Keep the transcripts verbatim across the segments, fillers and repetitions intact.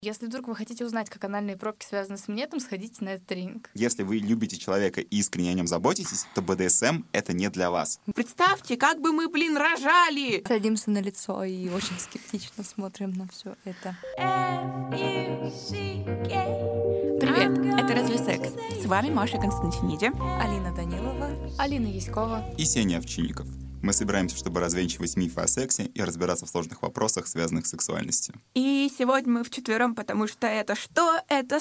Если вдруг вы хотите узнать, как анальные пробки связаны с минетом, сходите на этот тренинг. Если вы любите человека и искренне о нем заботитесь, то бэ дэ эс эм — это не для вас. Представьте, как бы мы, блин, рожали! Садимся на лицо и очень скептично смотрим на все это. Привет, это «Разве секс?» С вами Маша Константиниди, Алина Данилова, Алина Яськова И Сеня Овчинников. Мы собираемся, чтобы развенчивать мифы о сексе и разбираться в сложных вопросах, связанных с сексуальностью. И сегодня мы вчетвером, потому что это что? Это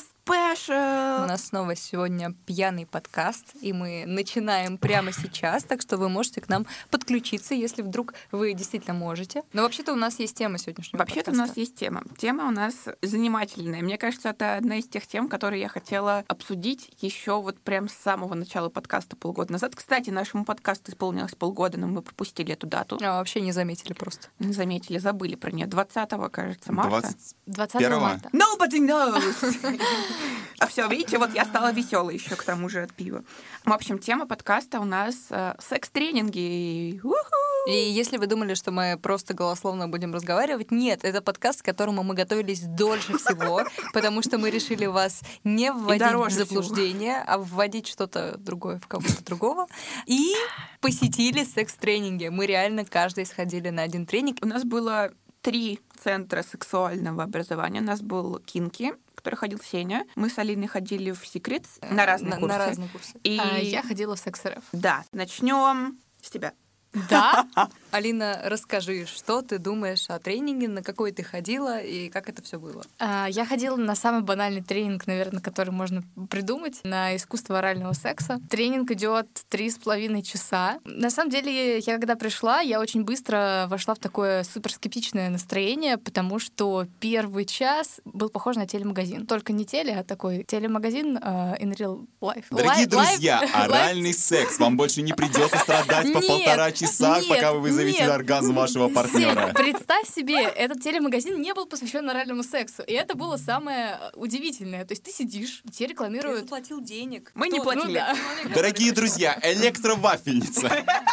спешл! У нас снова сегодня пьяный подкаст, и мы начинаем прямо сейчас, так что вы можете к нам подключиться, если вдруг вы действительно можете. Но вообще-то у нас есть тема сегодняшнего Вообще-то подкаста. у нас есть тема. Тема у нас занимательная. Мне кажется, это одна из тех тем, которые я хотела обсудить еще вот прям с самого начала подкаста полгода назад. Кстати, нашему подкасту исполнилось полгода, но мы пропустили эту дату. А, вообще не заметили просто. Не заметили, забыли про нее. двадцатого, кажется, марта. двадцатого марта. Nobody knows! А все, видите, вот я стала веселой еще к тому же от пива. В общем, тема подкаста у нас э, секс-тренинги. У-ху! И если вы думали, что мы просто голословно будем разговаривать, нет, это подкаст, к которому мы готовились дольше всего, потому что мы решили вас не вводить в заблуждение, а вводить что-то другое в кого-то другого. И посетили секс-тренинги. Мы реально каждый сходили на один тренинг. У нас было три центра сексуального образования. У нас был Кинки, который ходил Сеня. Мы с Алиной ходили в Secrets на разные на, курсы. На разные курсы. И а я ходила в секс-эр эф. Да, начнем с тебя. Да? Алина, расскажи, что ты думаешь о тренинге, на какой ты ходила и как это все было? А, я ходила на самый банальный тренинг, наверное, который можно придумать, на искусство орального секса. Тренинг идет три с половиной часа. На самом деле, я когда пришла, я очень быстро вошла в такое суперскептичное настроение, потому что первый час был похож на телемагазин. Только не теле, а такой телемагазин uh, in real life. Дорогие Life, друзья, life, оральный life. секс. Вам больше не придется страдать по полтора часа, нет, пока вы вызовете нет. оргазм вашего партнера. Сень, представь себе, этот телемагазин не был посвящен оральному сексу. И это было самое удивительное. То есть ты сидишь, тебе рекламируют... Ты заплатил денег. Мы Кто? не платили. Ну, да. Дорогие друзья, электровафельница.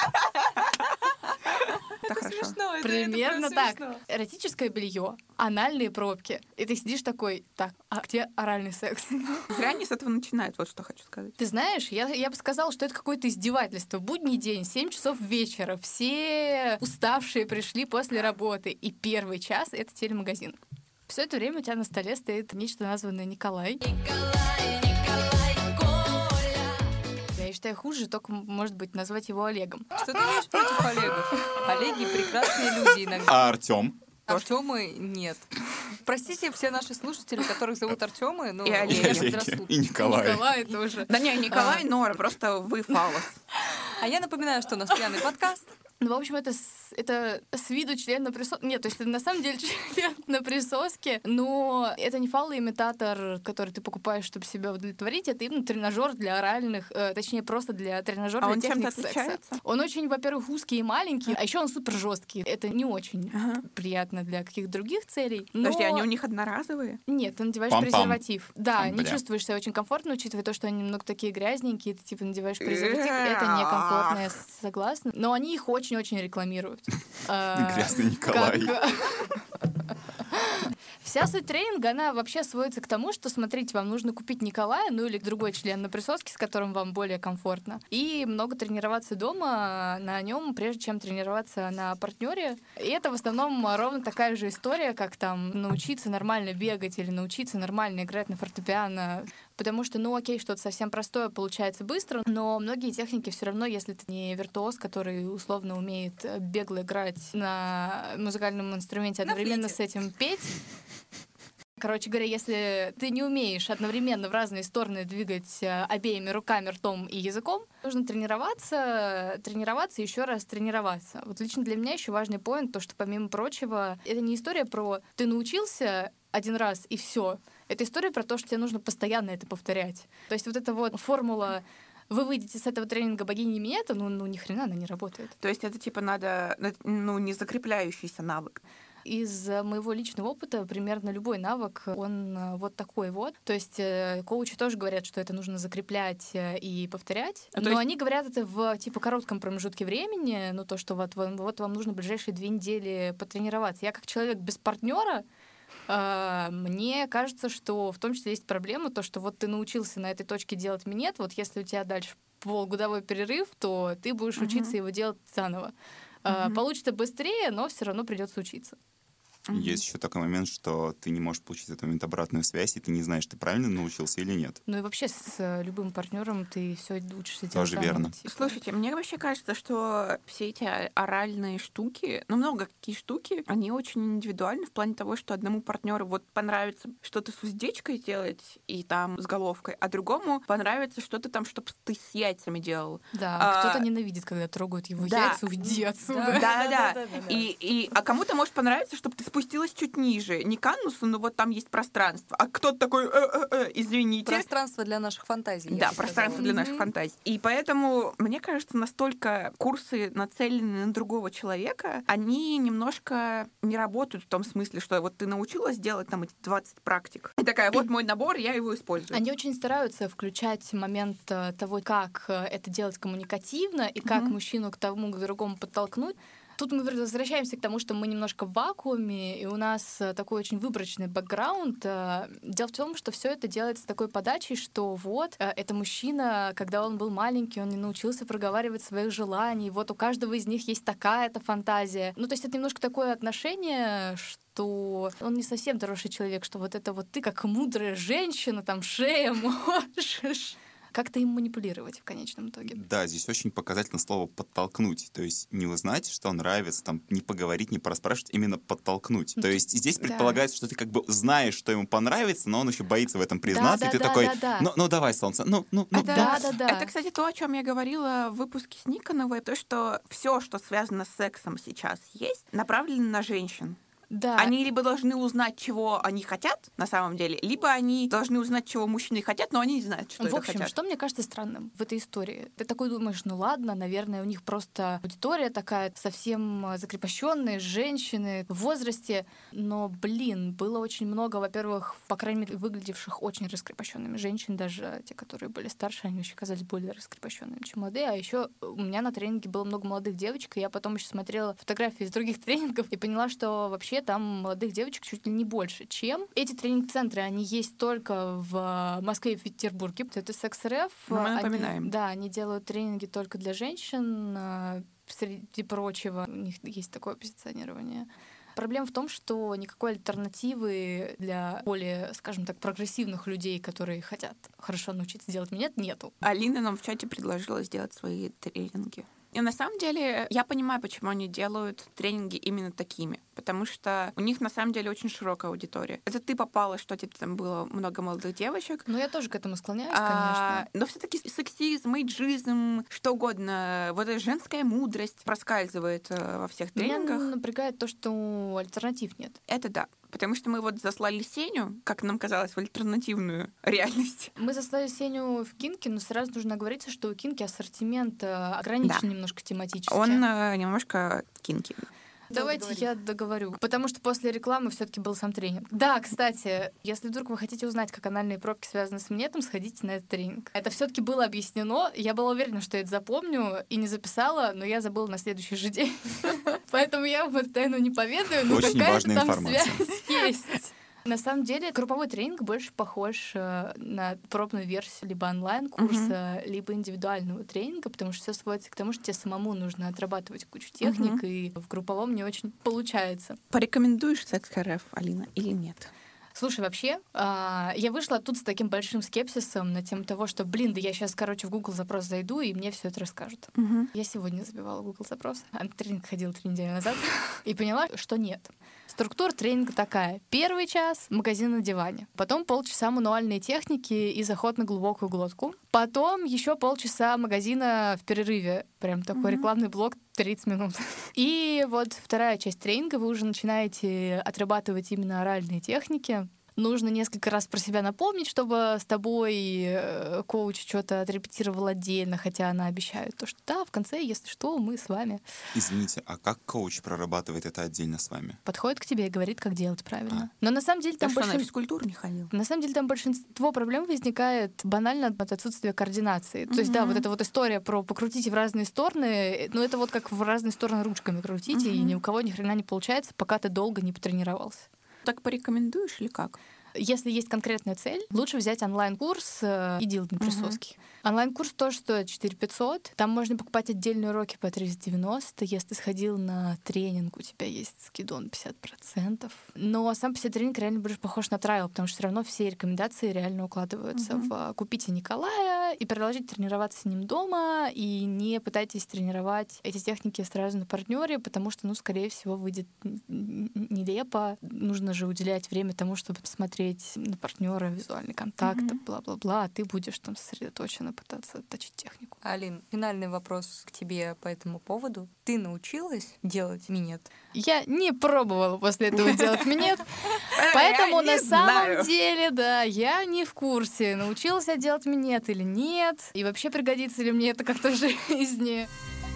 Это Это хорошо. смешно. это- Примерно это так. прям смешно. Эротическое белье, анальные пробки. И ты сидишь такой, так, а где оральный секс? Зря они с этого начинают, вот что хочу сказать. Ты знаешь, я, я бы сказала, что это какое-то издевательство. Будний день, семь часов вечера, все уставшие пришли после работы, и первый час — это телемагазин. Все это время у тебя на столе стоит нечто названное Николай. Я считаю, хуже только, может быть, назвать его Олегом. Что ты имеешь против Олегов? Олеги — прекрасные люди иногда. А Артем? Артемы нет. Простите все наши слушатели, которых зовут Артемы, но И Олеги. я Олеги. безрассудна. И Николай. Николай тоже. Да не, Николай, Нора, просто вы фалос. А я напоминаю, что у нас пьяный подкаст. Ну, в общем, это, с- это с виду член на присоске. Нет, то есть это на самом деле член на присоске, но это не фалоимитатор, который ты покупаешь, чтобы себя удовлетворить, это именно тренажер для оральных, э, точнее, просто для тренажера А он для чем-то техник секса. отличается? Он очень, во-первых, узкий и маленький, а еще он супер жесткий. Это не очень Ага. приятно для каких-то других целей. Но... Подожди, они у них одноразовые? Нет, ты надеваешь Пам-пам. презерватив. Да, Пам, не бля. чувствуешь себя очень комфортно, учитывая то, что они немного такие грязненькие, ты типа надеваешь презерватив, это некомфортно, я согласна. Но они их очень-очень рекламируют. А, Грязный Николай. как- Вся суть тренинга, она вообще сводится к тому, что, смотрите, вам нужно купить Николая, ну или другой член на присоске, с которым вам более комфортно, и много тренироваться дома на нем, прежде чем тренироваться на партнере. И это в основном ровно такая же история, как там научиться нормально бегать или научиться нормально играть на фортепиано. Потому что, ну окей, что-то совсем простое получается быстро, но многие техники все равно, если ты не виртуоз, который условно умеет э, бегло играть на музыкальном инструменте, На одновременно флейте. с этим петь. Короче говоря, если ты не умеешь одновременно в разные стороны двигать э, обеими руками, ртом и языком, нужно тренироваться, тренироваться и еще раз тренироваться. Вот лично для меня еще важный поинт, то, что помимо прочего, это не история про «ты научился один раз и все». Это история про то, что тебе нужно постоянно это повторять. То есть вот эта вот формула «вы выйдете с этого тренинга богини минета», ну, ну ни хрена она не работает. То есть это типа надо, ну, не закрепляющийся навык. Из э, моего личного опыта примерно любой навык, он э, вот такой вот. То есть э, коучи тоже говорят, что это нужно закреплять э, и повторять. А, то Но есть- они говорят это в типа коротком промежутке времени, ну то, что вот, вам- вот вам нужно ближайшие две недели потренироваться. Я как человек без партнера, А, Мне кажется, что в том числе есть проблема, то, что вот ты научился на этой точке делать минет, вот если у тебя дальше полугодовой перерыв, то ты будешь Мгм. учиться его делать заново. А, Мгм. Получится быстрее, но все равно придется учиться. Мгм. Есть еще такой момент, что ты не можешь получить в этот момент обратную связь, и ты не знаешь, ты правильно научился или нет. Ну и вообще с э, любым партнером ты все учишься делать Тоже заново, верно. типа. Слушайте, мне вообще кажется, что все эти о- оральные штуки, ну, много какие штуки, они очень индивидуальны в плане того, что одному партнеру вот понравится что-то с уздечкой делать и там с головкой, а другому понравится что-то там, чтобы ты с яйцами делал. Да, А, кто-то ненавидит, когда трогают его да. яйца, уйди отсюда. Да-да-да. И, и, а кому-то может понравиться, чтобы ты спустилась чуть ниже. Не к анусу, но вот там есть пространство. А кто-то такой, «Э-э-э, извините. Пространство для наших фантазий. я Да, бы пространство сказала. для наших Мгм. фантазий. И поэтому, мне кажется, настолько курсы нацелены на другого человека, они немножко не работают в том смысле, что вот ты научилась делать там эти двадцать практик. И такая, вот мой набор, я его использую. Они очень стараются включать момент э, того, как э, это делать коммуникативно и как Мгм. мужчину к тому, к другому подтолкнуть. Тут мы возвращаемся к тому, что мы немножко в вакууме, и у нас э, такой очень выборочный бэкграунд. Э, Дело в том, что все это делается с такой подачей, что вот, э, это мужчина, когда он был маленький, он не научился проговаривать своих желаний, вот у каждого из них есть такая-то фантазия. Ну, то есть это немножко такое отношение, что он не совсем хороший человек, что вот это вот ты как мудрая женщина, там шея можешь как-то им манипулировать в конечном итоге. Да, здесь очень показательно слово «подтолкнуть». То есть не узнать, что нравится, там, не поговорить, не пораспрашивать, именно подтолкнуть. Ну, То ты- есть здесь да. предполагается, что ты как бы знаешь, что ему понравится, но он еще боится в этом признаться, Да, и ты да, да, такой, да, да. ну, ну давай, солнце, ну, ну, ну, Это, Да, да, да. это, кстати, то, о чем я говорила в выпуске с Никоновой, то, что все, что связано с сексом сейчас есть, направлено на женщин. Да. Они либо должны узнать, чего они хотят на самом деле, либо они должны узнать, чего мужчины хотят, но они не знают, что В это общем, хотят. что мне кажется странным в этой истории? Ты такой думаешь, ну ладно, наверное, у них просто аудитория такая совсем закрепощенная, женщины в возрасте, но, блин, было очень много, во-первых, по крайней мере, выглядевших очень раскрепощенными женщин, даже те, которые были старше, они вообще казались более раскрепощенными, чем молодые. А еще у меня на тренинге было много молодых девочек, и я потом еще смотрела фотографии из других тренингов и поняла, что вообще там молодых девочек чуть ли не больше, чем. Эти тренинг-центры, они есть только в Москве и в Петербурге. Это секс.рф. Но мы Они- напоминаем. Да, они делают тренинги только для женщин. э, Среди прочего, у них есть такое позиционирование. Проблема в том, что никакой альтернативы для более, скажем так, прогрессивных людей, которые хотят хорошо научиться делать минет, нету. Алина нам в чате предложила сделать свои тренинги. И на самом деле я понимаю, почему они делают тренинги именно такими. Потому что у них на самом деле очень широкая аудитория. Это ты попала, что типа там было много молодых девочек. Но я тоже к этому склоняюсь, А, конечно. но все-таки сексизм, эйджизм, что угодно, вот эта женская мудрость проскальзывает э, во всех Меня тренингах. напрягает то, что альтернатив нет. Это да. Потому что мы вот заслали Сеню, как нам казалось, в альтернативную реальность. Мы заслали Сеню в Кинке, но сразу нужно оговориться, что у Кинки ассортимент э, ограничен Да. немножко тематически. Он э, немножко кинки. Давайте договорить. я договорю, потому что после рекламы все-таки был сам тренинг. Да, кстати, если вдруг вы хотите узнать, как анальные пробки связаны с минетом, сходите на этот тренинг. Это все-таки было объяснено. Я была уверена, что я это запомню и не записала, но я забыла на следующий же день. Поэтому я вам эту тайну не поведаю, но Очень какая-то важная там информация. связь есть. На самом деле, групповой тренинг больше похож э, на пробную версию либо онлайн-курса, либо индивидуального тренинга, потому что все сводится к тому, что тебе самому нужно отрабатывать кучу техник, Мгм. и в групповом не очень получается. Порекомендуешь секс.рф, Алина, или нет? Слушай, вообще, а, я вышла оттуда с таким большим скепсисом на тему того, что, блин, да я сейчас, короче, в Google запрос зайду, и мне все это расскажут. Мгм. Я сегодня забивала Google запрос, а на тренинг ходила три недели назад, и поняла, что нет. Структура тренинга такая. Первый час — магазин на диване. Потом полчаса мануальные техники и заход на глубокую глотку. Потом еще полчаса магазина в перерыве. Прям такой Мгм. рекламный блок тридцать минут. И вот вторая часть тренинга. Вы уже начинаете отрабатывать именно оральные техники. Нужно несколько раз про себя напомнить, чтобы с тобой э, коуч что-то отрепетировал отдельно, хотя она обещает то, что да, в конце, если что, мы с вами. Извините, а как коуч прорабатывает это отдельно с вами? Подходит к тебе и говорит, как делать правильно. А. Но на самом деле Ты там что, на большин- физкультуру не ходил? на самом деле там большинство проблем возникает банально от отсутствия координации. То есть, да, Мгм. вот эта вот история про покрутите в разные стороны, ну это вот как в разные стороны ручками крутите, и Мгм. ни у кого ни хрена не получается, пока ты долго не потренировался. так порекомендуешь или как? Если есть конкретная цель, лучше взять онлайн-курс э, и делать на присоске. Uh-huh. Онлайн-курс тоже стоит четыре тысячи пятьсот. Там можно покупать отдельные уроки по триста девяносто. Если сходил на тренинг, у тебя есть скидон пятьдесят процентов. Но сам по себе тренинг реально больше похож на трайл, потому что все равно все рекомендации реально укладываются uh-huh. в «купите Николая» и продолжите тренироваться с ним дома, и не пытайтесь тренировать эти техники сразу на партнере, потому что, ну, скорее всего, выйдет нелепо. Нужно же уделять время тому, чтобы посмотреть на партнера, визуальный контакт, mm-hmm. бла-бла-бла, а ты будешь там сосредоточенно пытаться отточить технику. Алин, финальный вопрос к тебе по этому поводу. Ты научилась делать минет? Я не пробовала после этого делать минет, поэтому на самом деле, да, я не в курсе, научилась я делать минет или нет, и вообще пригодится ли мне это как-то в жизни.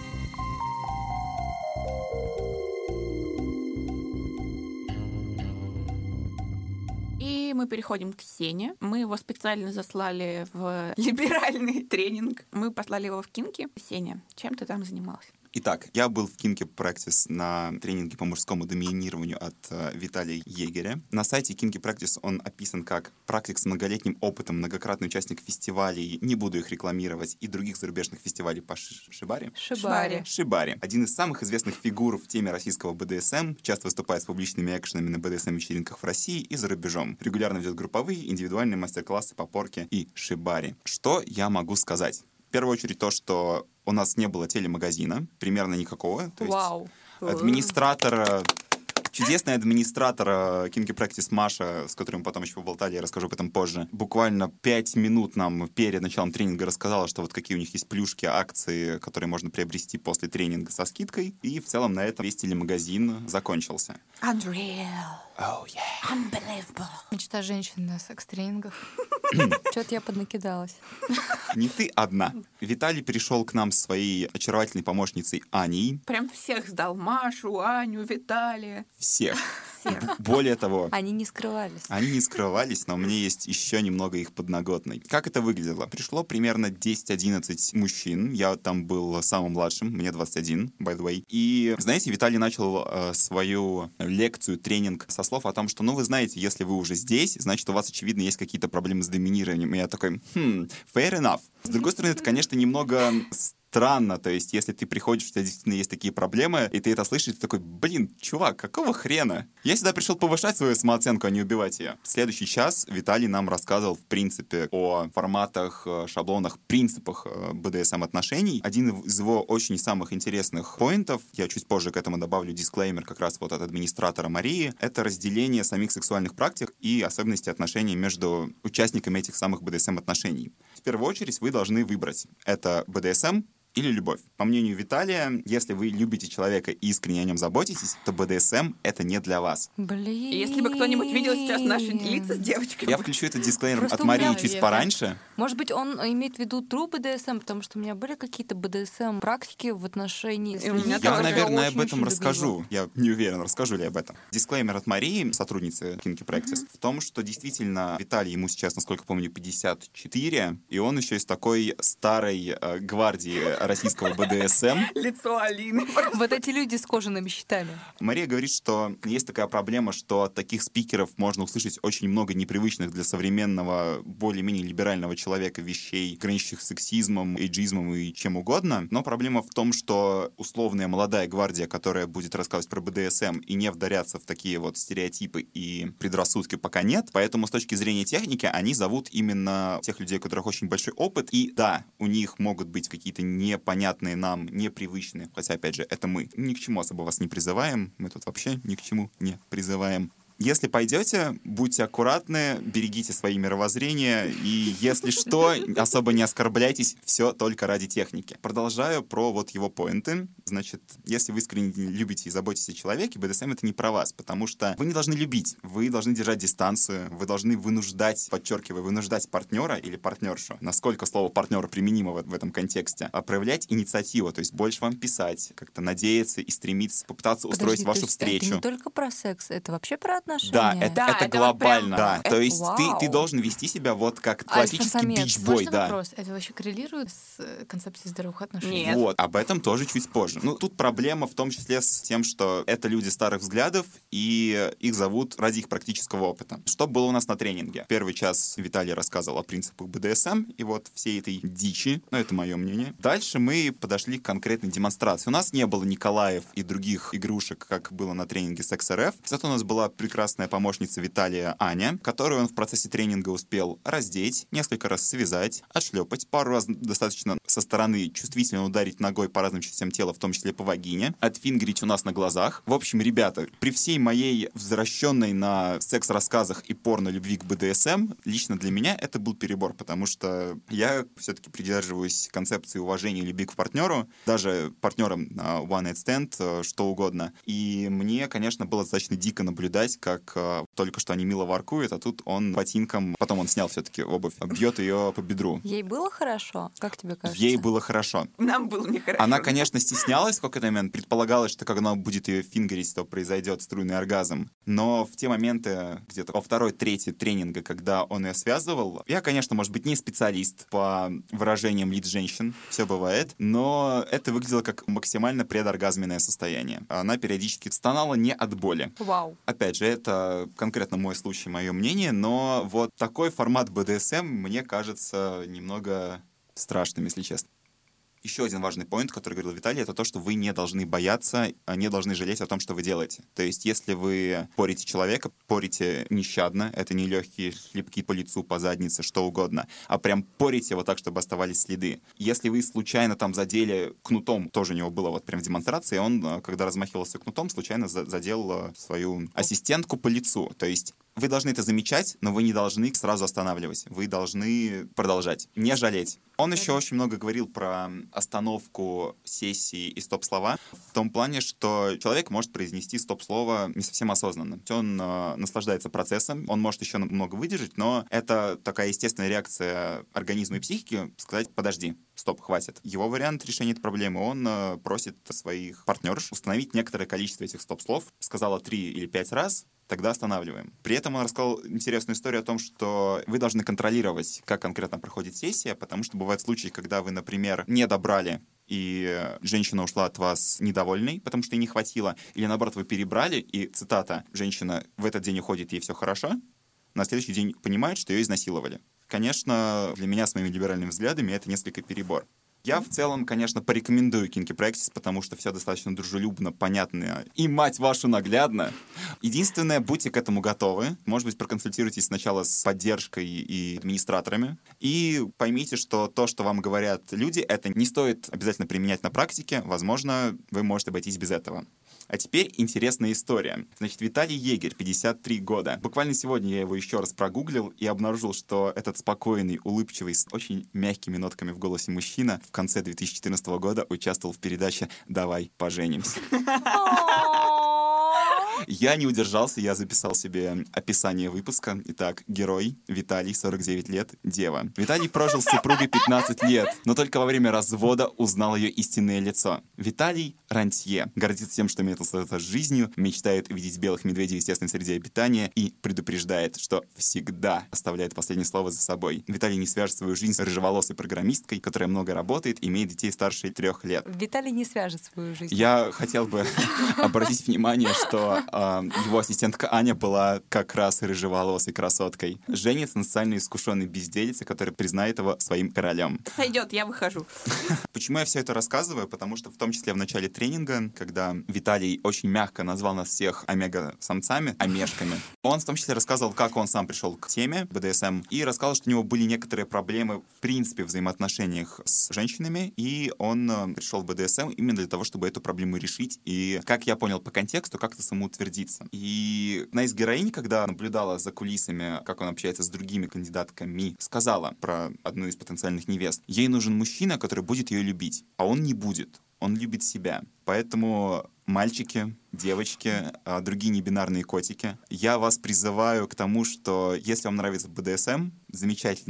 И мы переходим к Сене. Мы его специально заслали в либеральный тренинг. Мы послали его в Кинки. Сеня, чем ты там занимался? Итак, я был в Kinky Practice на тренинге по мужскому доминированию от э, Виталия Егеря. На сайте Kinky Practice он описан как практик с многолетним опытом, многократный участник фестивалей, не буду их рекламировать, и других зарубежных фестивалей по шибари. Шибари. Шибари. Один из самых известных фигур в теме российского бэ дэ эс эм, часто выступает с публичными экшенами на бэ дэ эс эм-вечеринках в России и за рубежом. Регулярно ведет групповые, индивидуальные мастер-классы по порке и шибари. Что я могу сказать? В первую очередь то, что у нас не было телемагазина, примерно никакого. То есть Вау. администратор, чудесный администратор Kinky Practice Маша, с которым мы потом еще поболтали, я расскажу об этом позже, буквально пять минут нам перед началом тренинга рассказала, что вот какие у них есть плюшки, акции, которые можно приобрести после тренинга со скидкой. И в целом на этом весь телемагазин закончился. Unreal. Oh, yeah. Unbelievable. Мечта женщин на секс-тренингах. Что-то я поднакидалась. Не ты одна. Виталий пришел к нам с своей очаровательной помощницей Аней. Прям всех сдал. Машу, Аню, Виталия. Всех. Всех. Более того, Они не скрывались. они не скрывались, но у меня есть еще немного их подноготной. Как это выглядело? Пришло примерно десять-одиннадцать мужчин. Я там был самым младшим, мне двадцать один, by the way. И, знаете, Виталий начал э, свою лекцию, тренинг со слов о том, что, ну, вы знаете, если вы уже здесь, значит, у вас, очевидно, есть какие-то проблемы с доминированием. И я такой, хм, fair enough. С другой стороны, это, конечно, немного странно, то есть, если ты приходишь, у тебя действительно есть такие проблемы, и ты это слышишь, ты такой, блин, чувак, какого хрена? Я сюда пришел повышать свою самооценку, а не убивать ее. В следующий час Виталий нам рассказывал, в принципе, о форматах, шаблонах, принципах бэ дэ эс эм-отношений. Один из его очень самых интересных поинтов, я чуть позже к этому добавлю дисклеймер как раз вот от администратора Марии, это разделение самих сексуальных практик и особенности отношений между участниками этих самых бэ дэ эс эм-отношений. В первую очередь вы должны выбрать, это бэ дэ эс эм или любовь. По мнению Виталия, если вы любите человека и искренне о нем заботитесь, то бэ дэ эс эм — это не для вас. Блин. Если бы кто-нибудь видел сейчас наши лица с девочками. Я включу этот дисклеймер Просто от у меня Марии чуть наверное. пораньше. Может быть, он имеет в виду true бэ дэ эс эм, потому что у меня были какие-то бэ дэ эс эм-практики в отношении с И у людьми, меня Я, тоже которые наверное, об очень-очень этом любила. расскажу. Я не уверен, расскажу ли об этом. Дисклеймер от Марии, сотрудницы Kinky Practice, mm-hmm. в том, что действительно Виталий, ему сейчас, насколько помню, пятьдесят четыре, и он еще из такой старой э, гвардии российского бэ дэ эс эм. Лицо Алины. Вот эти люди с кожаными щитами. Мария говорит, что есть такая проблема, что от таких спикеров можно услышать очень много непривычных для современного, более-менее либерального человека вещей, граничащих с сексизмом, эйджизмом и чем угодно. Но проблема в том, что условная молодая гвардия, которая будет рассказывать про бэ дэ эс эм и не вдаряться в такие вот стереотипы и предрассудки, пока нет. Поэтому с точки зрения техники они зовут именно тех людей, у которых очень большой опыт. И да, у них могут быть какие-то непонятные нам, непривычные. Хотя, опять же, это мы. Ни к чему особо вас не призываем. Мы тут вообще ни к чему не призываем. Если пойдете, будьте аккуратны, берегите свои мировоззрения, и если что, особо не оскорбляйтесь, все только ради техники. Продолжаю про вот его поинты. Значит, если вы искренне любите и заботитесь о человеке, бэ дэ эс эм — это не про вас, потому что вы не должны любить, вы должны держать дистанцию, вы должны вынуждать, подчеркиваю, вынуждать партнера или партнершу, насколько слово партнер применимо в, в этом контексте, а проявлять инициативу, то есть больше вам писать, как-то надеяться и стремиться, попытаться устроить Подожди, вашу то есть встречу. Это не только про секс, это вообще про отношения. отношения? Да, это, Да, это это вот глобально. прям- Да, это- то есть ты, вау. ты должен вести себя вот как классический Альфа-самец. бичбой, Можно да. вопрос? Это вообще коррелирует с э, концепцией здоровых отношений? Нет. Вот, об этом тоже чуть позже. Ну, тут проблема в том числе с тем, что это люди старых взглядов, и их зовут ради их практического опыта. Что было у нас на тренинге? Первый час Виталий рассказывал о принципах бэ дэ эс эм и вот всей этой дичи, ну, это мое мнение. Дальше мы подошли к конкретной демонстрации. У нас не было Николаев и других игрушек, как было на тренинге секс эр эф. Зато у нас была прекрасная помощница Виталия Аня, которую он в процессе тренинга успел раздеть, несколько раз связать, отшлепать, пару раз достаточно со стороны чувствительно ударить ногой по разным частям тела, в том числе по вагине, отфингерить у нас на глазах. В общем, ребята, при всей моей возвращенной на секс-рассказах и порно-любви к бэ дэ эс эм, лично для меня это был перебор, потому что я все-таки придерживаюсь концепции уважения и любви к партнеру, даже партнерам на one night stand, э, что угодно. И мне, конечно, было достаточно дико наблюдать, как э, только что они мило воркуют, а тут он ботинком, потом он снял все-таки обувь, бьет ее по бедру. Ей было хорошо? Как тебе кажется? Ей было хорошо. Нам было нехорошо. Она, конечно, стеснялась в какой-то момент, предполагалось, что когда она будет ее фингерить, то произойдет струйный оргазм. Но в те моменты, где-то во второй, третьей тренинга, когда он ее связывал, я, конечно, может быть, не специалист по выражениям лиц женщин, все бывает, но это выглядело как максимально предоргазменное состояние. Она периодически стонала не от боли. Вау. Опять же, это конкретно мой случай, мое мнение, но вот такой формат бэ дэ эс эм мне кажется немного страшным, если честно. Еще один важный поинт, который говорил Виталий, это то, что вы не должны бояться, не должны жалеть о том, что вы делаете. То есть, если вы порите человека, порите нещадно, это не легкие шлепки по лицу, по заднице, что угодно, а прям порите вот так, чтобы оставались следы. Если вы случайно там задели кнутом, тоже у него было вот прям в демонстрации, он, когда размахивался кнутом, случайно задел свою ассистентку по лицу. То есть, вы должны это замечать, но вы не должны сразу останавливать. Вы должны продолжать, не жалеть. Он еще очень много говорил про остановку сессии и стоп-слова в том плане, что человек может произнести стоп-слово не совсем осознанно. Он э, наслаждается процессом, он может еще много выдержать, но это такая естественная реакция организма и психики сказать «подожди». Стоп, хватит. Его вариант решения этой проблемы, он э, просит своих партнерш установить некоторое количество этих стоп-слов. Сказала три или пять раз, тогда останавливаем. При этом он рассказал интересную историю о том, что вы должны контролировать, как конкретно проходит сессия, потому что бывают случаи, когда вы, например, не добрали, и женщина ушла от вас недовольной, потому что ей не хватило, или наоборот, вы перебрали, и, цитата, женщина в этот день уходит, ей все хорошо, на следующий день понимает, что ее изнасиловали. Конечно, для меня с моими либеральными взглядами это несколько перебор. Я в целом, конечно, порекомендую Kinky Praxis, потому что все достаточно дружелюбно, понятно и, мать вашу, наглядно. Единственное, будьте к этому готовы. Может быть, проконсультируйтесь сначала с поддержкой и администраторами. И поймите, что то, что вам говорят люди, это не стоит обязательно применять на практике. Возможно, вы можете обойтись без этого. А теперь интересная история. Значит, Виталий Егерь, пятьдесят три года. Буквально сегодня я его еще раз прогуглил и обнаружил, что этот спокойный, улыбчивый, с очень мягкими нотками в голосе мужчина в конце две тысячи четырнадцатого года участвовал в передаче «Давай поженимся». Я не удержался, я записал себе описание выпуска. Итак, герой Виталий, сорок девять лет, дева. Виталий прожил с супругой пятнадцать лет, но только во время развода узнал ее истинное лицо. Виталий — рантье, гордится тем, что имеет с жизнью, мечтает видеть белых медведей в естественной среде обитания и предупреждает, что всегда оставляет последнее слово за собой. Виталий не свяжет свою жизнь с рыжеволосой программисткой, которая много работает, имеет детей старше трех лет. Виталий не свяжет свою жизнь. Я хотел бы обратить внимание, что его ассистентка Аня была как раз рыжеволосой красоткой. Женец на социально искушенной безделице, который признает его своим королем. Сойдет, я выхожу. Почему я все это рассказываю? Потому что в том числе в начале тренинга, когда Виталий очень мягко назвал нас всех омега-самцами, омешками, он в том числе рассказывал, как он сам пришел к теме бэ дэ эс эм и рассказал, что у него были некоторые проблемы в принципе в взаимоотношениях с женщинами, и он пришел в бэ дэ эс эм именно для того, чтобы эту проблему решить, и, как я понял по контексту, как-то самоутвердиться. И одна из героинь, когда наблюдала за кулисами, как он общается с другими кандидатками, сказала про одну из потенциальных невест. Ей нужен мужчина, который будет ее любить, а он не будет. Он любит себя. Поэтому мальчики, девочки, другие небинарные котики, я вас призываю к тому, что если вам нравится бэ дэ эс эм, замечательно.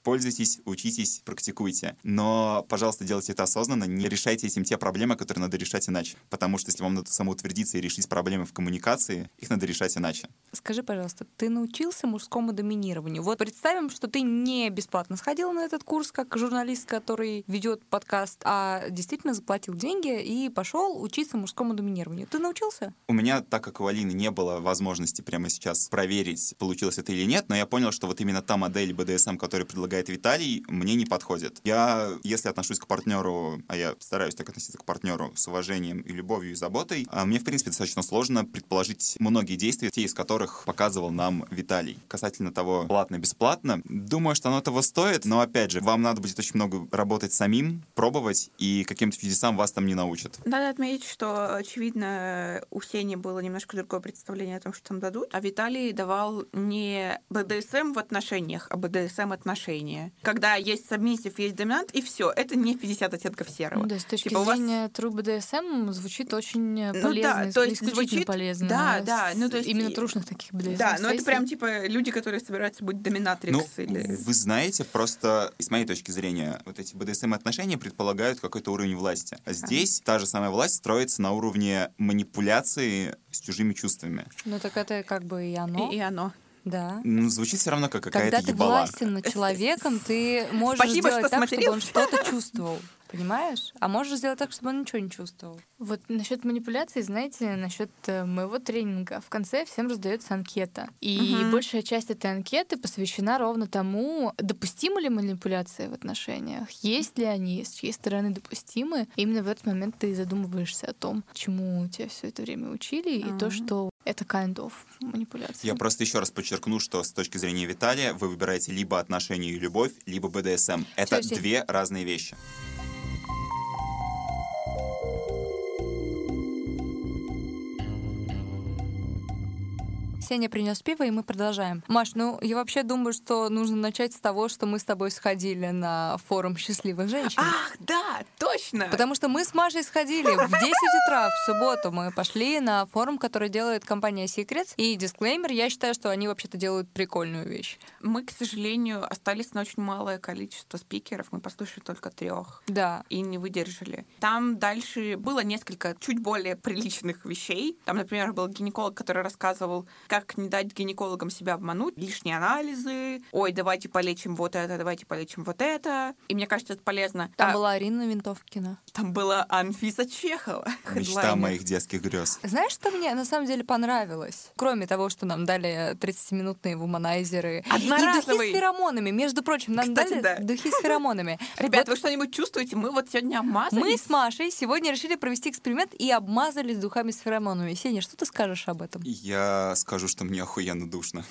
Пользуйтесь, учитесь, практикуйте. Но, пожалуйста, делайте это осознанно, не решайте этим те проблемы, которые надо решать иначе. Потому что если вам надо самоутвердиться и решить проблемы в коммуникации, их надо решать иначе. Скажи, пожалуйста, ты научился мужскому доминированию? Вот представим, что ты не бесплатно сходил на этот курс, как журналист, который ведет подкаст, а действительно заплатил деньги и пошел учиться мужскому доминированию. Ты научился? У меня, так как у Алины не было возможности прямо сейчас проверить, получилось это или нет, но я понял, что вот именно та модель бэ дэ эс эм, которую предлагает Виталий, мне не подходит. Я, если отношусь к партнеру, а я стараюсь так относиться к партнеру с уважением и любовью и заботой, а мне, в принципе, достаточно сложно предположить многие действия, те из которых показывал нам Виталий. Касательно того, платно-бесплатно, думаю, что оно того стоит, но, опять же, вам надо будет очень много работать самим, пробовать, и каким-то чудесам вас там не научат. Надо отметить, что, очевидно, у Сени было немножко другое представление о том, что там дадут, а Виталий давал не бэ дэ эс эм в отношениях, а бэ дэ эс эм отношения. Когда есть сабмиссив, есть доминант, и все, это не пятьдесят оттенков серого. Ну, да, с точки Типа зрения вас... true бэ дэ эс эм звучит очень ну, полезно, да, то есть исключительно звучит... полезно. Да, да. Ну, то есть... Именно трушных таких бэ дэ эс эм. Да, но это прям типа люди, которые собираются быть доминатрикс. Ну, или... вы знаете, просто с моей точки зрения, вот эти бэ дэ эс эм-отношения предполагают какой-то уровень власти. А здесь та же самая власть строится на уровне манипуляции с чужими чувствами. Ну, так это как бы и оно. И, и оно. Да. Ну, звучит все равно как какая-то Когда ты ебала. властен над человеком, ты можешь Спасибо, сделать что так, смотрел. чтобы он что-то чувствовал. Понимаешь? А можешь сделать так, чтобы он ничего не чувствовал. Вот насчет манипуляций, знаете, насчет моего тренинга. В конце всем раздается анкета. И Мгм. большая часть этой анкеты посвящена ровно тому, допустимы ли манипуляции в отношениях, есть ли они, с чьей стороны допустимы. И именно в этот момент ты задумываешься о том, чему тебя все это время учили, и то, Мгм. что это kind of манипуляция. Я просто еще раз подчеркну, что с точки зрения Виталия вы выбираете либо отношения и любовь, либо бэ дэ эс эм. Это Всё, Сень. две разные вещи. Сеня принес пиво, и мы продолжаем. Маш, ну я вообще думаю, что нужно начать с того, что мы с тобой сходили на форум счастливых женщин. Ах, да, точно! Потому что мы с Машей сходили в десять утра в субботу. Мы пошли на форум, который делает компания Secrets. И дисклеймер, я считаю, что они вообще-то делают прикольную вещь. Мы, к сожалению, остались на очень малое количество спикеров. Мы послушали только трех. Да. И не выдержали. Там дальше было несколько чуть более приличных вещей. Там, например, был гинеколог, который рассказывал, как не дать гинекологам себя обмануть, лишние анализы, ой, давайте полечим вот это, давайте полечим вот это. И мне кажется, это полезно. Там А, была Арина Винтовкина. там была Анфиса Чехова. Мечта хедлайнер. моих детских грез. Знаешь, что мне на самом деле понравилось? Кроме того, что нам дали тридцатиминутные вуманайзеры. И духи Одноразовый. с феромонами. Между прочим, нам Кстати, дали да. духи с феромонами. Ребят, Вот вы что-нибудь чувствуете? Мы вот сегодня обмазались. мы с Машей сегодня решили провести эксперимент и обмазались духами с феромонами. Сеня, что ты скажешь об этом? Я скажу, что мне охуенно душно.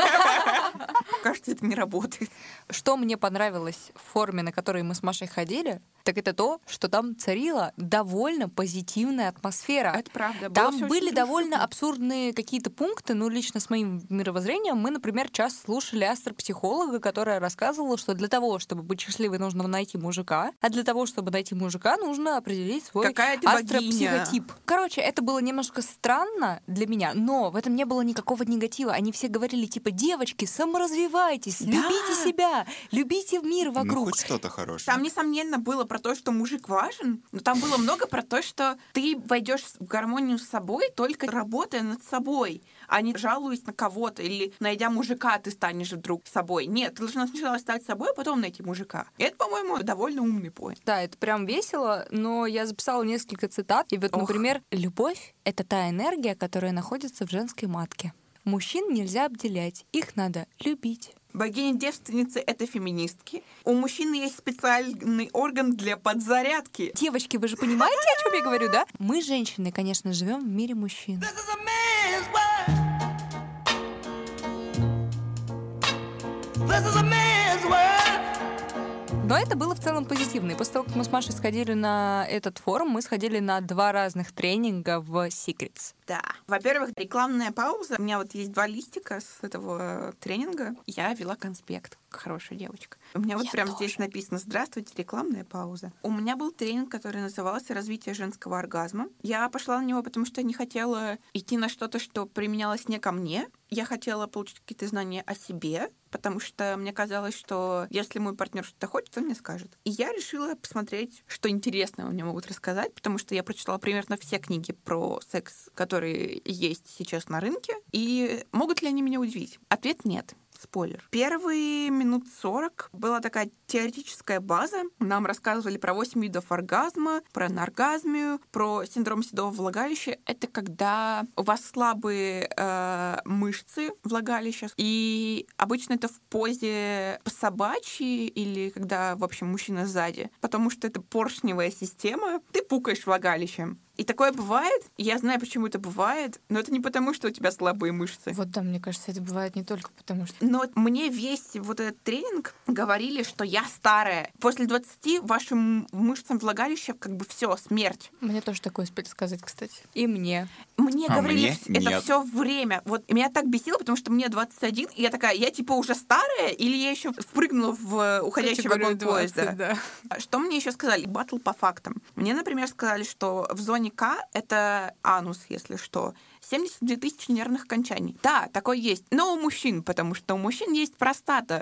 Кажется, это не работает. Что мне понравилось в форме, на которой мы с Машей ходили, так это то, что там царила довольно позитивная атмосфера. Это правда. Было Там всё были очень довольно дружелюбно. абсурдные какие-то пункты, ну, лично с моим мировоззрением. Мы, например, час слушали астропсихолога, которая рассказывала, что для того, чтобы быть счастливой, нужно найти мужика, а для того, чтобы найти мужика, нужно определить свой Какая ты богиня. астропсихотип. Короче, это было немножко странно для меня, но в этом не было никакого негатива. Они все говорили, типа, девочки, саморазвивайтесь, Да. любите себя, любите мир Ну, вокруг. хоть что-то хорошее. Там, несомненно, было про то, что мужик важен, но там было много про то, что ты войдешь в гармонию с собой, только работая над собой, а не жалуясь на кого-то или найдя мужика, ты станешь вдруг собой. Нет, ты должна сначала стать собой, а потом найти мужика. И это, по-моему, довольно умный поинт. Да, это прям весело, но я записала несколько цитат. И вот, Ох. например, «Любовь — это та энергия, которая находится в женской матке. Мужчин нельзя обделять, их надо любить». Богини-девственницы — это феминистки. У мужчины есть специальный орган для подзарядки. Девочки, вы же понимаете, о чем я говорю, да? Мы, женщины, конечно, живем в мире мужчин. Но это было в целом позитивно. И после того, как мы с Машей сходили на этот форум, мы сходили на два разных тренинга в Secrets. Да. Во-первых, рекламная пауза. У меня вот есть два листика с этого тренинга. Я вела конспект, как хорошая девочка. У меня вот Я прям тоже. здесь написано «Здравствуйте, рекламная пауза». У меня был тренинг, который назывался «Развитие женского оргазма». Я пошла на него, потому что не хотела идти на что-то, что применялось не ко мне. Я хотела получить какие-то знания о себе потому что мне казалось, что если мой партнер что-то хочет, он мне скажет. И я решила посмотреть, что интересного мне могут рассказать, потому что я прочитала примерно все книги про секс, которые есть сейчас на рынке, и могут ли они меня удивить? Ответ — нет. Спойлер. Первые минут сорок была такая теоретическая база. Нам рассказывали про восемь видов оргазма, про аноргазмию, про синдром седого влагалища. Это когда у вас слабые э, мышцы влагалища. И обычно это в позе по-собачьи или когда, в общем, мужчина сзади. Потому что это поршневая система. Ты пукаешь влагалищем. И такое бывает. Я знаю, почему это бывает, но это не потому, что у тебя слабые мышцы. Вот да, мне кажется, это бывает не только потому, что... Но мне весь вот этот тренинг говорили, что я старая. После двадцати вашим мышцам влагалища как бы все, смерть. Мне тоже такое успели сказать, кстати. И мне. Мне А говорили мне это нет. все время. Вот меня так бесило, потому что мне двадцать один, и я такая, я типа уже старая, или я еще впрыгнула в уходящий вагон поезда? Да. Что мне еще сказали? Баттл по фактам. Мне, например, сказали, что в зоне К, это анус, если что, семьдесят две тысячи нервных окончаний. Да, такое есть. Но у мужчин, потому что у мужчин есть простата.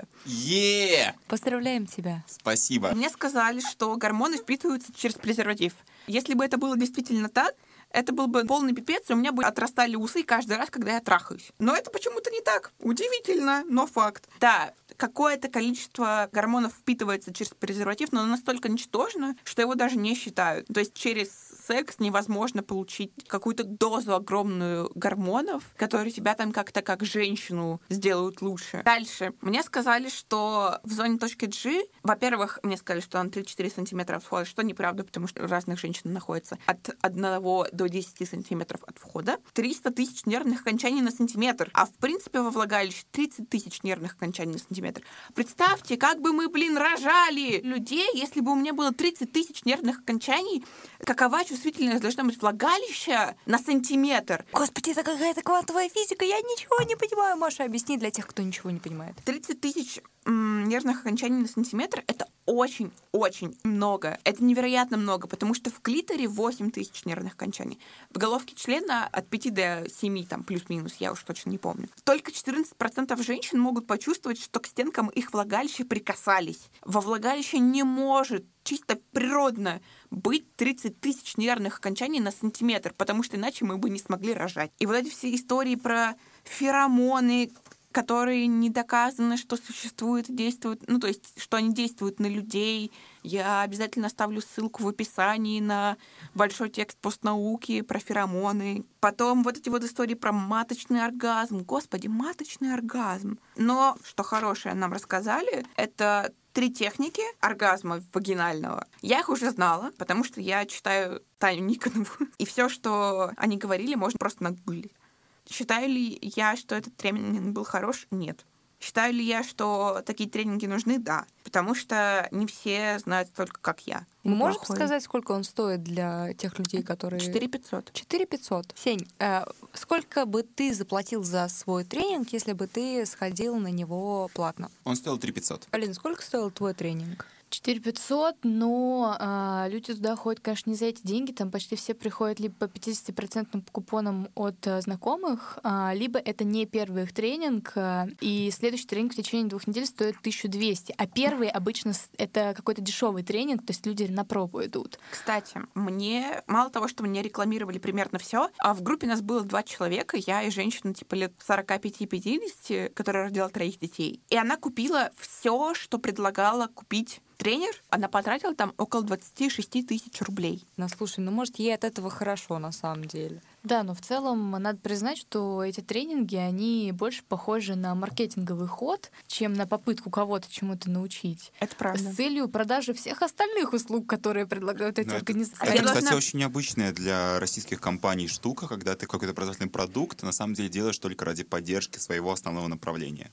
Е! Поздравляем тебя. Спасибо. Мне сказали, что гормоны впитываются через презерватив. Если бы это было действительно так, это был бы полный пипец, и у меня бы отрастали усы каждый раз, когда я трахаюсь. Но это почему-то не так. Удивительно, но факт. Да, какое-то количество гормонов впитывается через презерватив, но оно настолько ничтожно, что его даже не считают. То есть через секс невозможно получить какую-то дозу огромную гормонов, которые тебя там как-то как женщину сделают лучше. Дальше. Мне сказали, что в зоне точки G, во-первых, мне сказали, что она три-четыре сантиметра от входа, что неправда, потому что у разных женщин находится от одного до десяти сантиметров от входа, триста тысяч нервных окончаний на сантиметр. А в принципе во влагалище тридцать тысяч нервных окончаний на сантиметр. Представьте, как бы мы, блин, рожали людей, если бы у меня было тридцать тысяч нервных окончаний, какова чувствительность должна быть влагалища на сантиметр? Господи, это какая-то квантовая физика, я ничего не понимаю. Маша, объясни для тех, кто ничего не понимает. тридцать тысяч м, нервных окончаний на сантиметр — это очень-очень много. Это невероятно много, потому что в клиторе восемь тысяч нервных окончаний. В головке члена от пяти до семи, там, плюс-минус, я уж точно не помню. Только четырнадцать процентов женщин могут почувствовать, что к стенкам их влагалища прикасались. Во влагалище не может чисто природно быть тридцать тысяч нервных окончаний на сантиметр, потому что иначе мы бы не смогли рожать. И вот эти все истории про феромоны, которые не доказано, что существуют и действуют, ну, то есть, что они действуют на людей. Я обязательно оставлю ссылку в описании на большой текст постнауки про феромоны. Потом вот эти вот истории про маточный оргазм. Господи, маточный оргазм. Но что хорошее нам рассказали, это три техники оргазма вагинального. Я их уже знала, потому что я читаю Таню Никонову. И все, что они говорили, можно просто нагуглить. Считаю ли я, что этот тренинг был хорош? Нет. Считаю ли я, что такие тренинги нужны? Да. Потому что не все знают столько, как я. Можешь сказать, сколько он стоит для тех людей, которые... четыре пятьсот. четыре пятьсот. Сень, э, сколько бы ты заплатил за свой тренинг, если бы ты сходил на него платно? Он стоил три пятьсот. Алина, сколько стоил твой тренинг? четыре пятьсот, но а, люди туда ходят, конечно, не за эти деньги. Там почти все приходят либо по пятьдесят процентов купонам от а, знакомых, а, либо это не первый их тренинг, а, и следующий тренинг в течение двух недель стоит тысячу двести. А первый обычно с- это какой-то дешевый тренинг, то есть люди на пробу идут. Кстати, мне мало того, что мне рекламировали примерно все, а в группе нас было два человека, я и женщина типа лет сорок пять пятьдесят, которая родила троих детей. И она купила все, что предлагала купить тренер. Она потратила там около двадцать шесть тысяч рублей. Ну, слушай, ну, может, ей от этого хорошо, на самом деле. Да, но в целом надо признать, что эти тренинги, они больше похожи на маркетинговый ход, чем на попытку кого-то чему-то научить. Это правда. С целью продажи всех остальных услуг, которые предлагают эти Но это- организации. Я Это, должна- кстати, очень необычная для российских компаний штука, когда ты какой-то производственный продукт на самом деле делаешь только ради поддержки своего основного направления.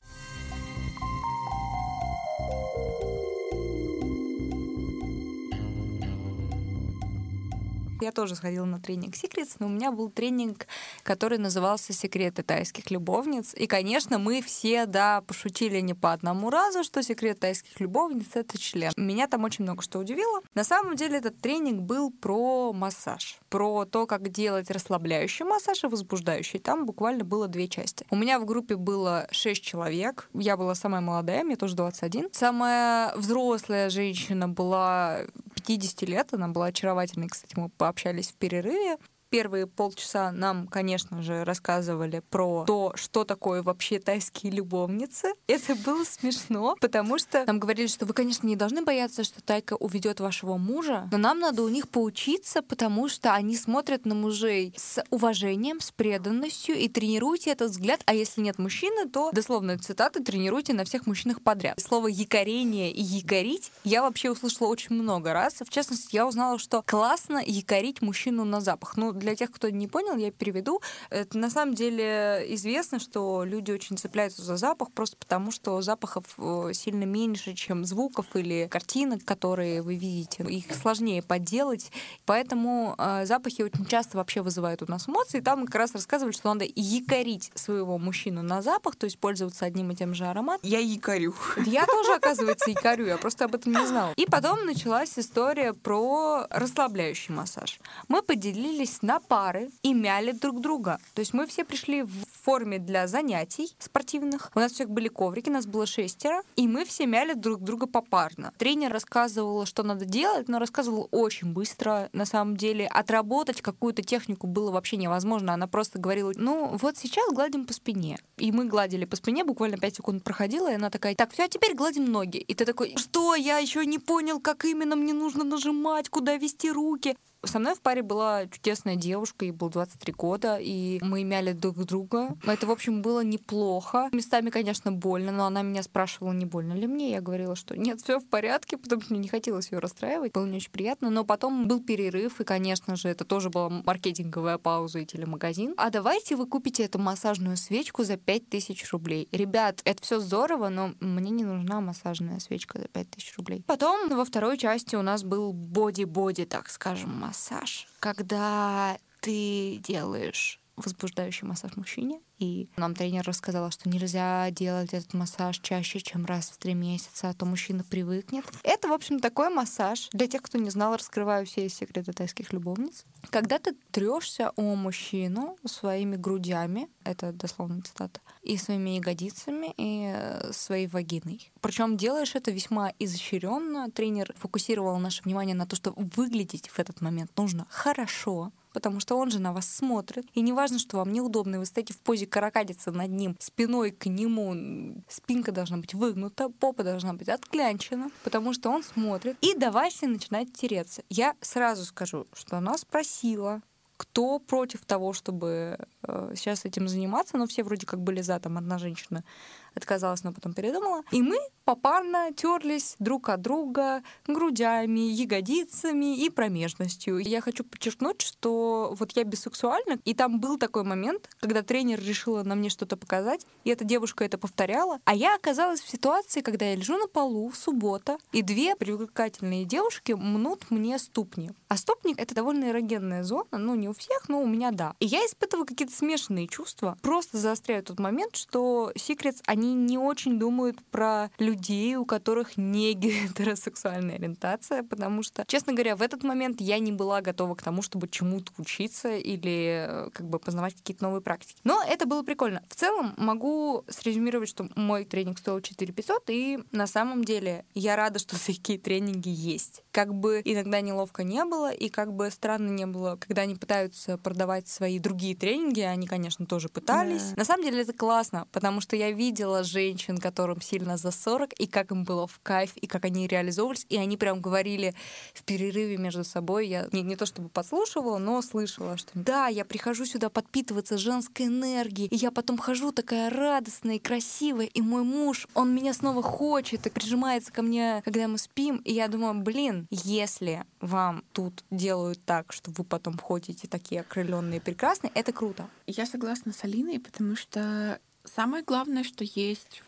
Я тоже сходила на тренинг Secrets, но у меня был тренинг, который назывался «Секреты тайских любовниц». И, конечно, мы все, да, пошутили не по одному разу, что секрет тайских любовниц — это член. Меня там очень много что удивило. На самом деле этот тренинг был про массаж, про то, как делать расслабляющий массаж и возбуждающий. Там буквально было две части. У меня в группе было шесть человек. Я была самая молодая, мне тоже двадцать один. Самая взрослая женщина была пятьдесят лет, она была очаровательной. Кстати, мы пообщались в перерыве. Первые полчаса нам, конечно же, рассказывали про то, что такое вообще тайские любовницы. Это было смешно, потому что нам говорили, что вы, конечно, не должны бояться, что тайка уведет вашего мужа, но нам надо у них поучиться, потому что они смотрят на мужей с уважением, с преданностью, и тренируйте этот взгляд, а если нет мужчины, то, дословно цитаты, тренируйте на всех мужчинах подряд. Слово «якорение» и «якорить» я вообще услышала очень много раз. В частности, я узнала, что классно якорить мужчину на запах. Ну, для тех, кто не понял, я переведу. Это на самом деле известно, что люди очень цепляются за запах просто потому, что запахов сильно меньше, чем звуков или картинок, которые вы видите. Их сложнее подделать. Поэтому э, запахи очень часто вообще вызывают у нас эмоции. Там как раз рассказывали, что надо якорить своего мужчину на запах, то есть пользоваться одним и тем же ароматом. Я якорю. Я тоже, оказывается, якорю. Я просто об этом не знала. И потом началась история про расслабляющий массаж. Мы поделились на пары и мяли друг друга. То есть мы все пришли в форме для занятий спортивных. У нас всех были коврики, нас было шестеро, и мы все мяли друг друга попарно. Тренер рассказывал, что надо делать, но рассказывал очень быстро. На самом деле отработать какую-то технику было вообще невозможно. Она просто говорила: ну вот сейчас гладим по спине. И мы гладили по спине, буквально пять секунд проходила, и она такая: так, все, а теперь гладим ноги. И ты такой: что? Я еще не понял, как именно мне нужно нажимать, куда вести руки. Со мной в паре была чудесная девушка, ей было двадцать три года, и мы мяли друг друга. Это, в общем, было неплохо. Местами, конечно, больно, но она меня спрашивала, не больно ли мне. Я говорила, что нет, все в порядке, потому что мне не хотелось ее расстраивать. Было не очень приятно. Но потом был перерыв, и, конечно же, это тоже была маркетинговая пауза и телемагазин. А давайте вы купите эту массажную свечку за пять тысяч рублей. Ребят, это все здорово, но мне не нужна массажная свечка за пять тысяч рублей. Потом во второй части у нас был боди-боди, так скажем, массаж. Массаж, когда ты делаешь возбуждающий массаж мужчине, и нам тренер рассказала, что нельзя делать этот массаж чаще, чем раз в три месяца, а то мужчина привыкнет. Это, в общем, такой массаж. Для тех, кто не знал, раскрываю все секреты тайских любовниц. Когда ты трёшься о мужчину своими грудями, это дословно цитата, и своими ягодицами, и своей вагиной. Причем делаешь это весьма изощренно. Тренер фокусировал наше внимание на то, что выглядеть в этот момент нужно хорошо, потому что он же на вас смотрит. И не важно, что вам неудобно, вы стоите в позе каракатицы над ним, спиной к нему, спинка должна быть выгнута, попа должна быть отклянчена, потому что он смотрит. И давайте начинать тереться. Я сразу скажу, что она спросила, кто против того, чтобы э, сейчас этим заниматься, но все вроде как были за, там одна женщина отказалась, но потом передумала. И мы попарно терлись друг от друга грудями, ягодицами и промежностью. Я хочу подчеркнуть, что вот я бисексуальна, и там был такой момент, когда тренер решила на мне что-то показать, и эта девушка это повторяла, а я оказалась в ситуации, когда я лежу на полу, суббота, и две привлекательные девушки мнут мне ступни. А ступни — это довольно эрогенная зона, ну не у всех, но у меня да. И я испытываю какие-то смешанные чувства. Просто заостряю тот момент, что Secrets, они не очень думают про людей, у которых не гетеросексуальная ориентация, потому что, честно говоря, в этот момент я не была готова к тому, чтобы чему-то учиться или как бы познавать какие-то новые практики. Но это было прикольно. В целом могу срезюмировать, что мой тренинг стоил четыре тысячи пятьсот, и на самом деле я рада, что такие тренинги есть. Как бы иногда неловко не было, и как бы странно не было, когда они пытаются продавать свои другие тренинги, они, конечно, тоже пытались. Да. На самом деле это классно, потому что я видела женщин, которым сильно за сорок, и как им было в кайф, и как они реализовывались, и они прям говорили в перерыве между собой, я не, не то чтобы подслушивала, но слышала, что да, я прихожу сюда подпитываться женской энергией, и я потом хожу такая радостная и красивая, и мой муж, он меня снова хочет и прижимается ко мне, когда мы спим, и я думаю, блин, если вам тут делают так, что вы потом ходите такие окрыленные, прекрасные, это круто. Я согласна с Алиной, потому что самое главное, что есть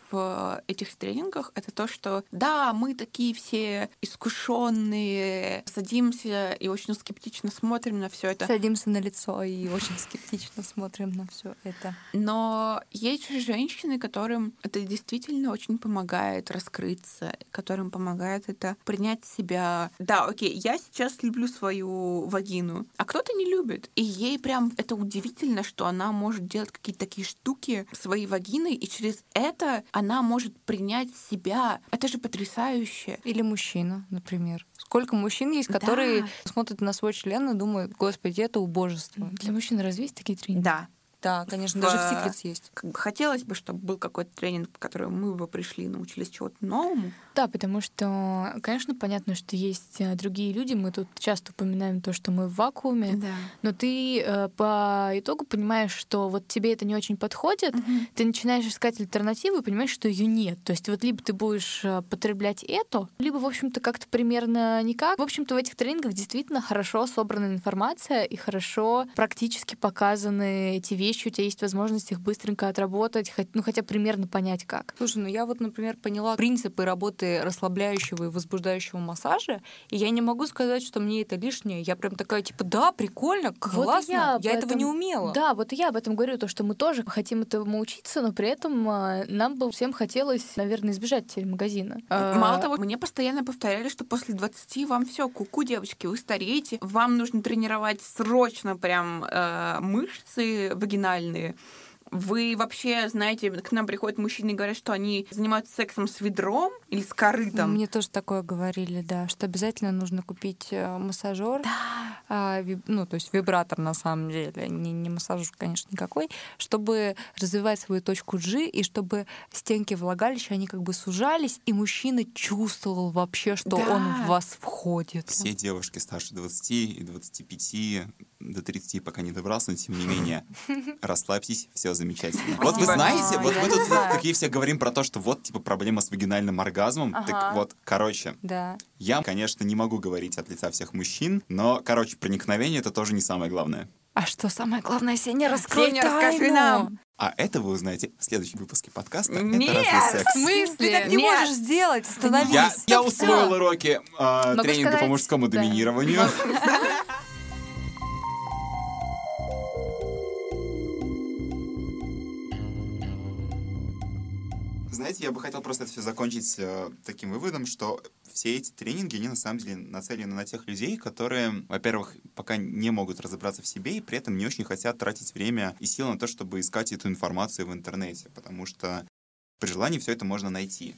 в этих тренингах, это то, что да, мы такие все искушенные, садимся и очень скептично смотрим на все это. Садимся на лицо и очень скептично смотрим на все это. Но есть же женщины, которым это действительно очень помогает раскрыться, которым помогает это принять себя. Да, окей, я сейчас люблю свою вагину, а кто-то не любит. И ей прям это удивительно, что она может делать какие-то такие штуки своей вагиной, и через это она может принять себя. Это же потрясающе. Или мужчина, например. Сколько мужчин есть, которые Да. смотрят на свой член и думают, господи, это убожество. Для мужчин разве есть такие тренинги? Да. Да, конечно, В- даже в Secrets есть. Как бы хотелось бы, чтобы был какой-то тренинг, в который мы бы пришли, научились чего-то новому. Да, потому что, конечно, понятно, что есть э, другие люди. Мы тут часто упоминаем то, что мы в вакууме. Да. Но ты э, по итогу понимаешь, что вот тебе это не очень подходит, Мгм. ты начинаешь искать альтернативу и понимаешь, что ее нет. То есть вот либо ты будешь э, потреблять это, либо, в общем-то, как-то примерно никак. В общем-то, в этих тренингах действительно хорошо собрана информация и хорошо практически показаны эти вещи. У тебя есть возможность их быстренько отработать, хоть- ну хотя примерно понять как. Слушай, ну я вот, например, поняла принципы работы расслабляющего и возбуждающего массажа, и я не могу сказать, что мне это лишнее. Я прям такая, типа, да, прикольно, классно. я я об этого этом- не умела. Да, вот и я об этом говорю, то, что мы тоже хотим этому учиться, но при этом а, нам бы всем хотелось, наверное, избежать телемагазина. А, Мало того, мне постоянно повторяли, что после двадцати вам все, ку-ку, девочки, вы стареете, вам нужно тренировать срочно прям э, мышцы вагинальные. Вы вообще, знаете, к нам приходят мужчины и говорят, что они занимаются сексом с ведром или с корытом. Мне тоже такое говорили, да, что обязательно нужно купить э, массажер, а, виб- ну, то есть вибратор на самом деле, не, не массажер, конечно, никакой, чтобы развивать свою точку G, и чтобы стенки влагалища, они как бы сужались, и мужчина чувствовал вообще, что Да. он в вас входит. Все девушки старше двадцати и двадцати пяти до тридцати пока не добрался, но тем не менее, расслабьтесь, все замечательно. Вот вы Спасибо. знаете, вот Я мы не тут знаю. такие все говорим про то, что вот, типа, проблема с вагинальным оргазмом. Ага. Так вот, короче, Да. я, конечно, не могу говорить от лица всех мужчин, но, короче, проникновение — это тоже не самое главное. А что самое главное, Сеня, раскрой Сеня, расскажи тайну. нам. А это вы узнаете в следующем выпуске подкаста. Нет, это разве секс? В смысле? Ты так не Нет. можешь сделать, остановись. Я, я Всё. усвоил уроки э, Могу тренинга по сказать, мужскому да. доминированию. Знаете, я бы хотел просто это все закончить э, таким выводом, что все эти тренинги, они на самом деле нацелены на тех людей, которые, во-первых, пока не могут разобраться в себе и при этом не очень хотят тратить время и силы на то, чтобы искать эту информацию в интернете, потому что при желании все это можно найти.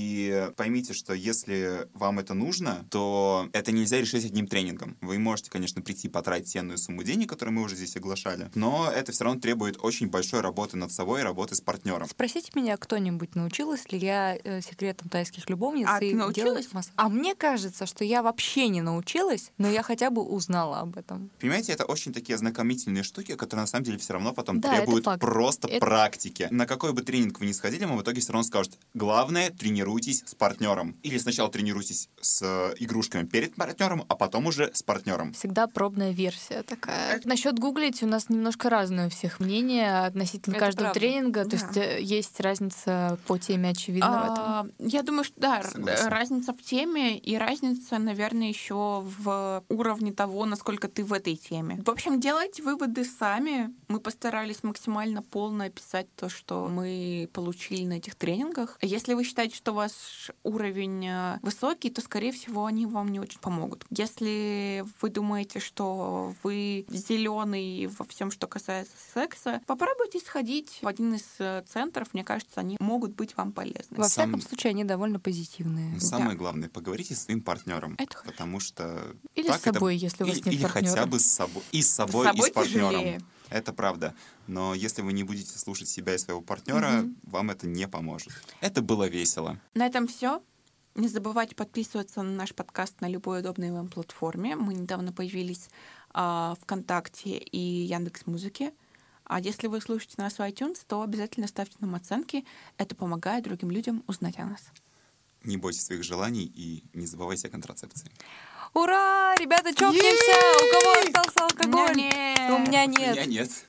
И поймите, что если вам это нужно, то это нельзя решить одним тренингом. Вы можете, конечно, прийти потратить ценную сумму денег, которую мы уже здесь оглашали, но это все равно требует очень большой работы над собой и работы с партнером. Спросите меня, кто-нибудь, научилась ли я э, секретам тайских любовниц А и ты научилась? делать массаж? А мне кажется, что я вообще не научилась, но я хотя бы узнала об этом. Понимаете, это очень такие ознакомительные штуки, которые на самом деле все равно потом Да, это требуют факт. просто Это- практики. На какой бы тренинг вы ни сходили, вам в итоге все равно скажут: главное, тренируйтесь с партнером. Или сначала тренируйтесь с э, игрушками перед партнером, а потом уже с партнером. Всегда пробная версия такая. Насчет гуглить у нас немножко разное у всех мнение относительно Это каждого правда. тренинга. Да. То есть э, есть разница по теме, очевидно, в этом. А, Я думаю, что да, р- Согласен. разница в теме и разница, наверное, еще в уровне того, насколько ты в этой теме. В общем, делайте выводы сами. Мы постарались максимально полно описать то, что мы получили на этих тренингах. Если вы считаете, что ваш уровень э, высокий, то, скорее всего, они вам не очень помогут. Если вы думаете, что вы зеленый во всем, что касается секса, попробуйте сходить в один из э, центров. Мне кажется, они могут быть вам полезны. Во Сам- всяком случае, они довольно позитивные. Самое главное, поговорите со своим партнером. Это хорошо. Потому что Или так с собой, это... если у вас или, нет или партнера. хотя бы с собой. И с собой, С собой и с партнером. тяжелее. Это правда. Но если вы не будете слушать себя и своего партнера, Мгм. вам это не поможет. Это было весело. На этом все. Не забывайте подписываться на наш подкаст на любой удобной вам платформе. Мы недавно появились а, ВКонтакте и Яндекс.Музыке. А если вы слушаете нас в iTunes, то обязательно ставьте нам оценки. Это помогает другим людям узнать о нас. Не бойтесь своих желаний и не забывайте о контрацепции. Ура! Ребята, чокнемся! У кого остался алкоголь? У меня нет. У меня У нет. меня нет.